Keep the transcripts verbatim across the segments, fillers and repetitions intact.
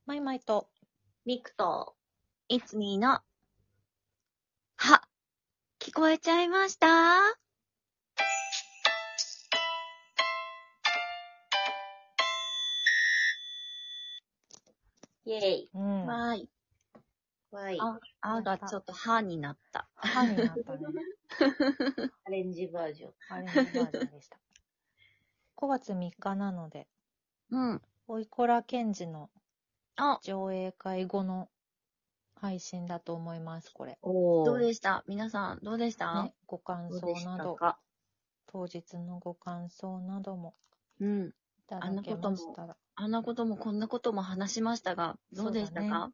マイマイと、 ミクと、 いつみーの、は、聞こえちゃいましたイェイ。 うん。 わーい。わーい。 あ、あがちょっとはになった。 歯になったね。 アレンジバージョン。 アレンジバージョンでした。ごがつみっかなので、 うん。 おいこらけんじのあ、 上映会後の配信だと思います、これ。 おー。 どうでした皆さん、どうでしたね、ご感どうでし想など、 たか。 当日のご感想などもうん。 いたあんだけなことも、 ましたら。 あんなこともこんなことも話しましたが、どうでしたか、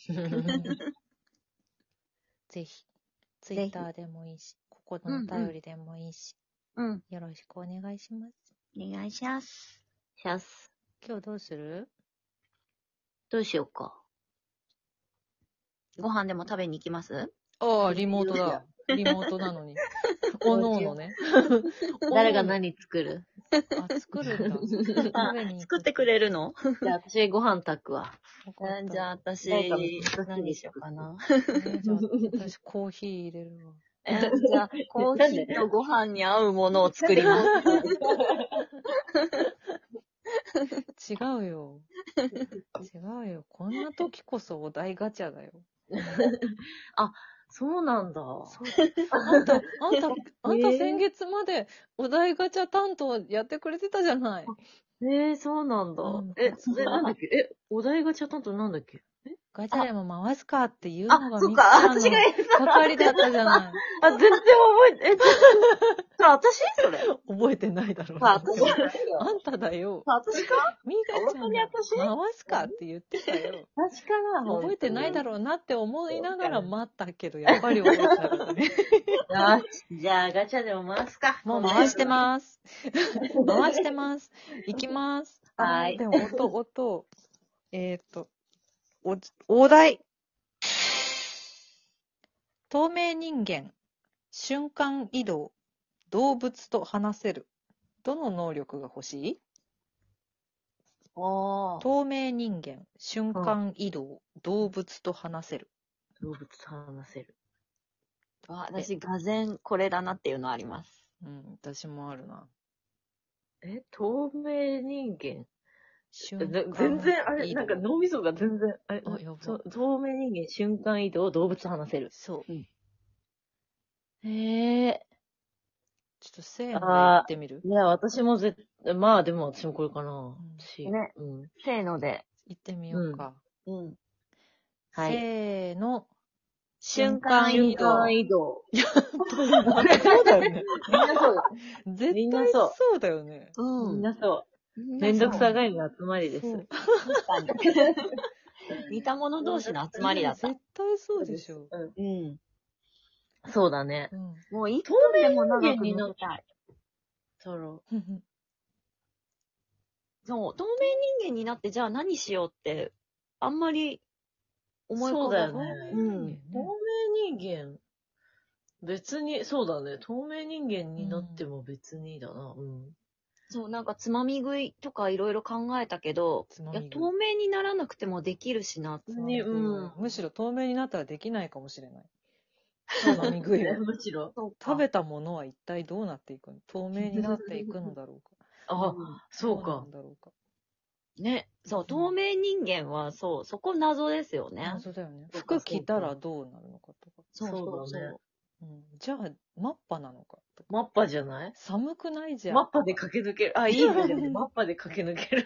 ぜひ、ツイッターでもいいし、ここのお便りでもいいし、 うん。 よろしくお願いします。 お願いします。 シャス。 今日どうする？ どうしようか。 ご飯でも食べに行きますああ、リモートだ。リモートなのに。おのおのね。 誰が何作る？ あ、作るんだ。食べに行く。 作ってくれるのじゃあ私ご飯炊くわ。 よかったじゃあ私誰か味噌汁何しようかな。 ね、じゃあ私コーヒー入れるわ。 えじゃあコーヒーとご飯に合うものを作ります。 違うよ。違うよ。こんな時こそお題ガチャだよ。 そうなんだ。 そうあんた、あんた、あんたえー先月までお題ガチャ担当やってくれてたじゃない。 えー、そうなんだ。 うんえ、え、なんだっけえ、お題ガチャ担当なんだっけえガチャでも回すかっていうのがあ、そっみっちゃか、 んの私がやった。 係だったじゃない。 あ、全然覚えて、え、ちょそれ私それ。 覚えてないだろうあ、 な。 私でもだよ。 あんただよ。 あ私かみーかちゃん本当に私が回すかって言ってたよ。 私かな覚えてないだろろうなって思いながら待ったけど、やっぱり覚えてなかったね。 よし、じゃあガチャでも回すか。 もう回してます。回してます。いきます。あはいでも音、音。えっ、ー、と、お、お題。透明人間、瞬間移動、動物と話せる。どの能力が欲しい？ おー。 透明人間、瞬間移動、動物と話せる。 動物と話せる。 あ私、がぜんこれだなっていうのあります。 うん、私もあるな。 え、透明人間瞬間移動。 全然、あれ、なんか脳みそが全然、あれ、 あやばそう透明人間、瞬間移動、動物と話せる。 そう。 へえ。 ちょっとせーので言ってみる？ いや、私もぜまあでも私もこれかな。 ん私ねうん。 せーので。 言ってみようか。 うん。 はいせーの。 瞬間移動。 瞬間移動。 そうだよね。 みんなそうだ。 絶みんな対そうそうだよね。 うん。 みんなそう。 みんなめんどくさそうがりの集まりです。 そう確かに。似た者同士の集まりだった。 絶対そうでしょ。 うんうん。 そうだね。 うん。 もう一分でも長く乗せたい。 そろそう、透明人間になってじゃあ何しようって、あんまり思い浮かばそうだよね透明人間ね。 透明人間。別に、そうだね。透明人間になっても別にだな。うん。 そう、なんかつまみ食いとかいろいろ考えたけど、いや、 つまみ食い透明にならなくてもできるしなって。 つまみ食いはうんむしろ透明になったらできないかもしれない。つまみ食いは。 むしろ。 そうか食べたものは一体どうなっていくの？透明になっていくのだろうか。 あ、 うんそうどうなかん。だろうか。 ね、そう、透明人間は、そう、そこ謎ですよね。 謎だよね。 そうか服着たらどうなるのかとか。 そうそうそう。 そうだねうん、じゃあ、マッパなのかとか。 マッパじゃない寒くないじゃん。 マッパで駆け抜ける。あ、いいね。でもマッパで駆け抜ける。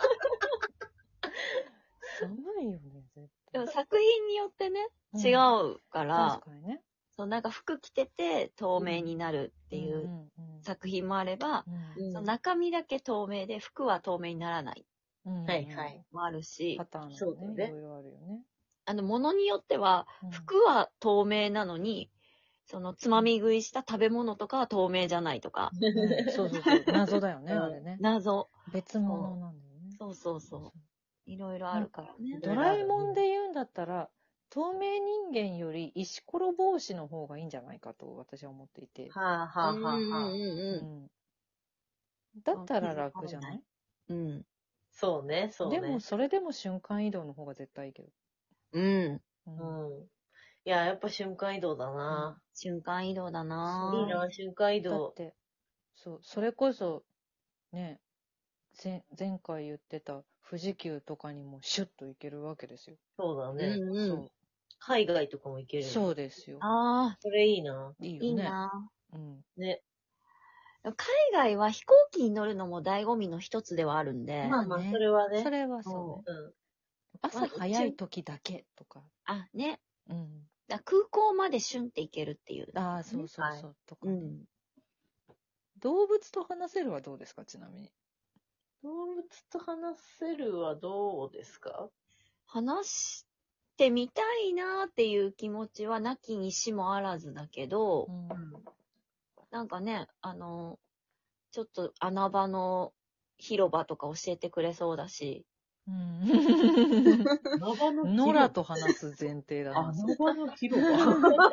寒いよね、絶対。 でも作品によってね、 うん違うから確、かにね。 そう、なんか服着てて透明になるっていんううん作品もあれば、 うんうんその中身だけ透明で服は透明にならないうんはいはい。 もあるしパ、ターンそうだねがね、いろいろあるよね。 あの、ものによっては、 うん服は透明なのに、そのつまみ食いした食べ物とかは透明じゃないとか、 うんそうそうそう。謎だよね、 うんあれね。 謎。 別物なんだよね。 そうそうそう。いろいろあるからね。 ドラえもんで言うんだったら、透明人間より石ころ帽子の方がいいんじゃないかと私は思っていて。 はあはあはあはあ。 うんうんうんうんだったら楽じゃない？ うん。 そうね、そうね。 でも、それでも瞬間移動の方が絶対いいけど。 うん。 う。 うんん。いや、やっぱ瞬間移動だな。 瞬間移動だなぁ。 いいな、瞬間移動。 だって、そう、それこそ、ね、前前回言ってた富士急とかにもシュッと行けるわけですよ。 そうだね。 うんうん。 そ海外とかも行けう。 るの。 そうですよ。 ああ、 それいいな。 いいよね。 いいなうん。 ね。 ぁ。海外は飛行機に乗るのも醍醐味の一つではあるんで。 まあまあ、 ねそれはね。 それはそうね。 うん。 朝早い時だけとか。 あ、ね。 うん。 だ空港までシュンって行けるっていう。 ああ、そうそうそう。とかね。 うん。 動物と話せるはどうですか、ちなみに。 動物と話せるはどうですか？ 話してみたいなっていう気持ちはなきにしもあらずだけど、 うん。 なんかね、あの、ちょっと穴場の広場とか教えてくれそうだし。 うん。 穴場の野良と話す前提だな。 穴場の広場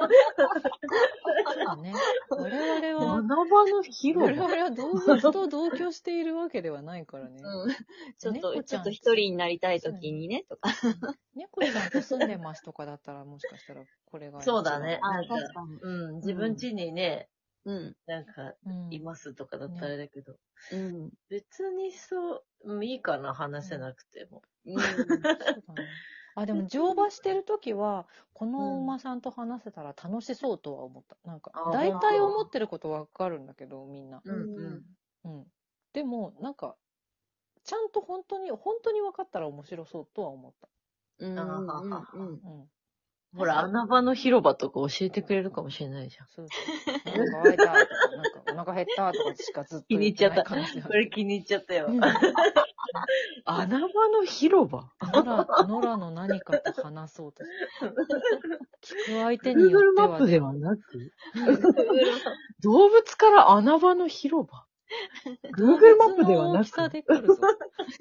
そうだね。我々は、 穴場の我広場 々は動物と同居しているわけではないからね。 うん。ちょっと、 猫ちゃんちょっと一人になりたい時にね、とか。 猫ちゃんと住んでますとかだったら、もしかしたらこれが一番。 そうだね。 あなんか確かに。 うん。自分家にね、 うん。 なんか、 うん。 いますとかだったらあれだけど、 うん。 別にそう、うんいいかな、話せなくても。 うん。 そうだね。あ、でも乗馬してるときは、この馬さんと話せたら楽しそうとは思った。なんか、 あ大本当体思ってることわかるんだけど、みんな。 うんうん。 うん。でも、なんか、ちゃんと本当に、本当に分かったら面白そうとは思った。 うん。 あはははうん。 うん。 ほら、穴場の広場とか教えてくれるかもしれないじゃん。 そうそう。なんか開いたとか、なんかお腹減ったとかしかずっと気に入っちゃった。 言てない可能性あこるれ気に入っちゃったよ。 うん穴場の広場野良、野良の何かと話そうとして。聞く相手によ Google っては。 マップではなく動物から穴場の広場 Google マップではな動物の大きさくで来るぞ。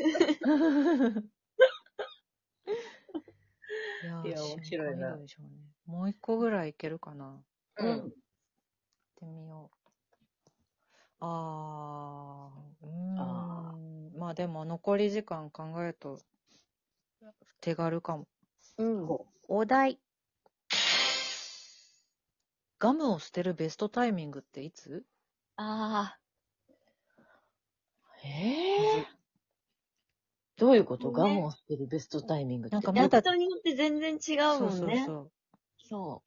いやー、 いや面白いな瞬間移動でしょうね。もう一個ぐらいいけるかな。 うん。 やってみよう。あー、うーあん。まあでも残り時間考えると手軽かも。 うん。 お題。ガムを捨てるベストタイミングっていつ？ あええどういうこと、 ねガムを捨てるベストタイミングって。 あ。 なんかまだ人によって全然違うもんね。 そうそうそう。 そ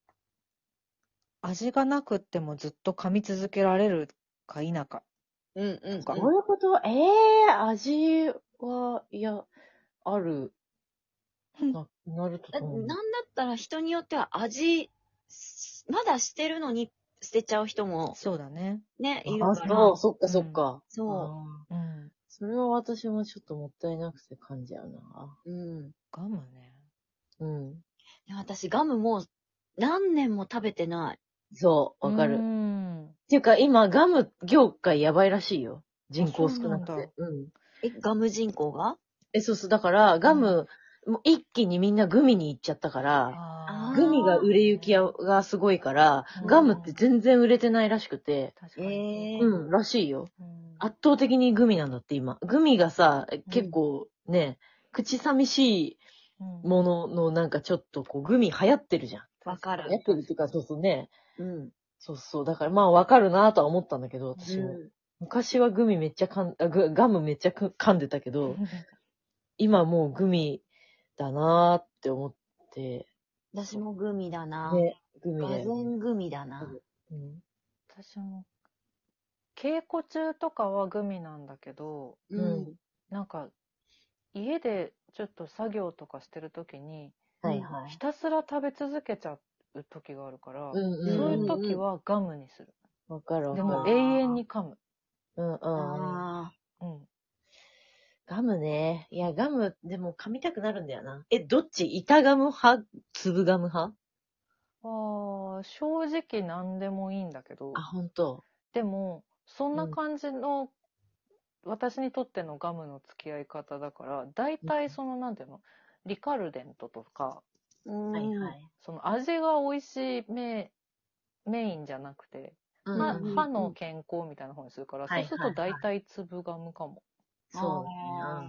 味がなくってもずっと噛み続けられるか否か。 う。うんうん、うん。 どういうことええ味は、いや、ある。な、なるとだなんだ思う。 ったら人によっては味、まだしてるのに捨てちゃう人もそうだね。 ね、いるあ、 から。 そう、そっかそっか。 そあーうん。 それは私もちょっともったいなくて噛んじゃうな。 う。うん。 ガムね。 うん。 で私ガムもう何年も食べてない。 そう、わかうる。っん。 ていうか今、ガム業界やばいらしいよ。人口少なくそうなんだて。うん。 え、ガム人口がえ、そうそう。だから、ガム、もう一気にみんなグミに行っちゃったから、 あーグミが売れ行きがすごいから、 うんガムって全然売れてないらしくて。 確かにえそう。 うん、らしいよ。 うん圧倒的にグミなんだって今。グミがさ、結構ね、口寂しいうんもののなんかちょっとこうグミ流行ってるじゃん。 わかる流行ってるっていうか、そうそうね。 うん。 そうそう。だからまあわかるなとは思ったんだけど、私も。 う昔はグミめっちゃ噛ん、あグガムめっちゃ噛んでたけど、今もうグミだなーって思って、 ん。私もグミだな。 ね、グミがぜだよ、ね。 んグミだな。 うん。 私も、稽古中とかはグミなんだけど、 ううんん。 なんか、家でちょっと作業とかしてるときに、 はいはい。 ひたすら食べ続けちゃう時があるから、 うんうん。 そういう時はガムにする。 わかるわかる。 でも永遠に噛む。 うんうん。 あうん。 ガムね。いや、ガム、でも噛みたくなるんだよな。え、どっち板ガム派粒ガム派あー正直何でもいいんだけどあ、、ほんと。 でも、そんな感じの、私にとってのガムの付き合い方だから、大体その、なんていうの、リカルデントとか、 ー。うん。 はいはい。 その味が美味しいメメインじゃなくて、 うん歯うん歯の健康みたいな方にするから、 はいそうすると大体粒ガムかも。 そうだね。 ううん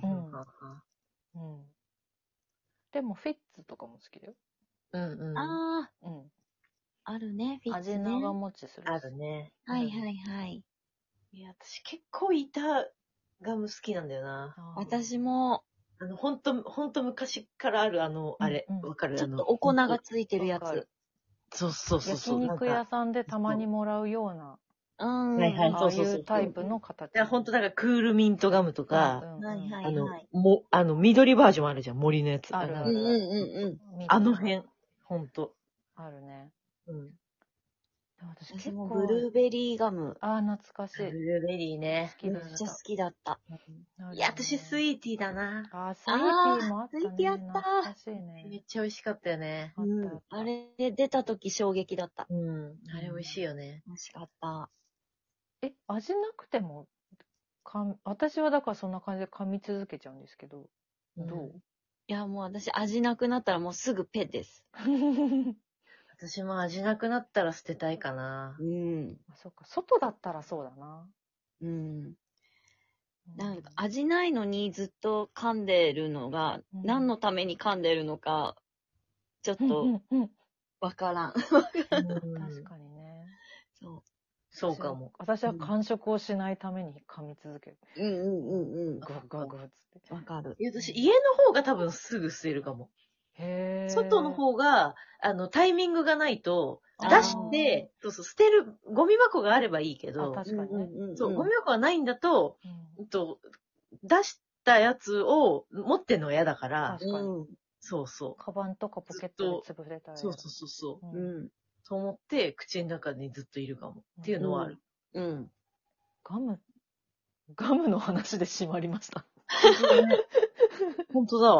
うん。でも、フィッツとかも好きだよ。 うんうん。 ああ、 うん。 あるね、フィッツ味ね。 長持ちするし。 あるね。 はいはいはい。 いや、私結構板ガム好きなんだよな。 あー私も、 あの、ほんと、ほんと昔からあるあの、あれ、 うんうんわかるあの、 ちょっとお粉がついてるやわかるつ。 そうそうそうそう。 焼肉屋なんかさんでたまにもらうような、 うん。 はいはいああいそうそうそううタイプの形。 いや、ほんとなんかクールミントガムとか、 うんうんはいはいあのはい。、 も、あの、緑バージョンあるじゃん、森のやつ。 あるあるうんうんうんうん。 緑あの辺、ほんと。 あるね。 うん。 でも私私も結構、 ブルーベリーガム、 ああ、懐かしい。 ブルーベリーね。 好きでしためっちゃ好きだった。 いや、私スイイーティーだな。 あー、スイーティーもあったね。 あースイーティーあった懐かしいめねっ。ちゃ美味しかったよね。 あっうんたあっ。た。 あれで出た時衝撃だった。 うん。あれ美味しいよね。 美味しかった。 え、味なくても、かん私はだからそんな感じで噛み続けちゃうんですけど、どう、 いや、もう私味なくなったらもうすぐペです。 私も味なくなったら捨てたいかな。 ん。 あ、そっか、外だったらそうだな。 うん。 うんなんか味ないのにずっと噛んでるのが、 うん何のために噛んでるのか、ちょっうんとうんうんわからん。 確かにね。 そそうかも。 私は私は完食をしないために噛み続ける。 う。うんうんうんうん。 グワグワグワっつって。 わかる。 いや、私、家の方が多分すぐ捨てるかも。 へー。 外の方が、あの、タイミングがないと、 あー出して、そうそう、捨てる、ゴミ箱があればいいけあ、 ど、 確かにね。 うんうんうん、 そう、ゴミ箱がないんだと、 うんうんと、出したやつを持ってんのが嫌だから、 確かにうん。 そうそう。 カバンとかポケットで潰れたらそう嫌だそうそうそう。 うんうん。 そう思って、口の中にずっといるかも。っていうのはある。 うん。 ガム、ガムの話で締まりました。 本当だわ。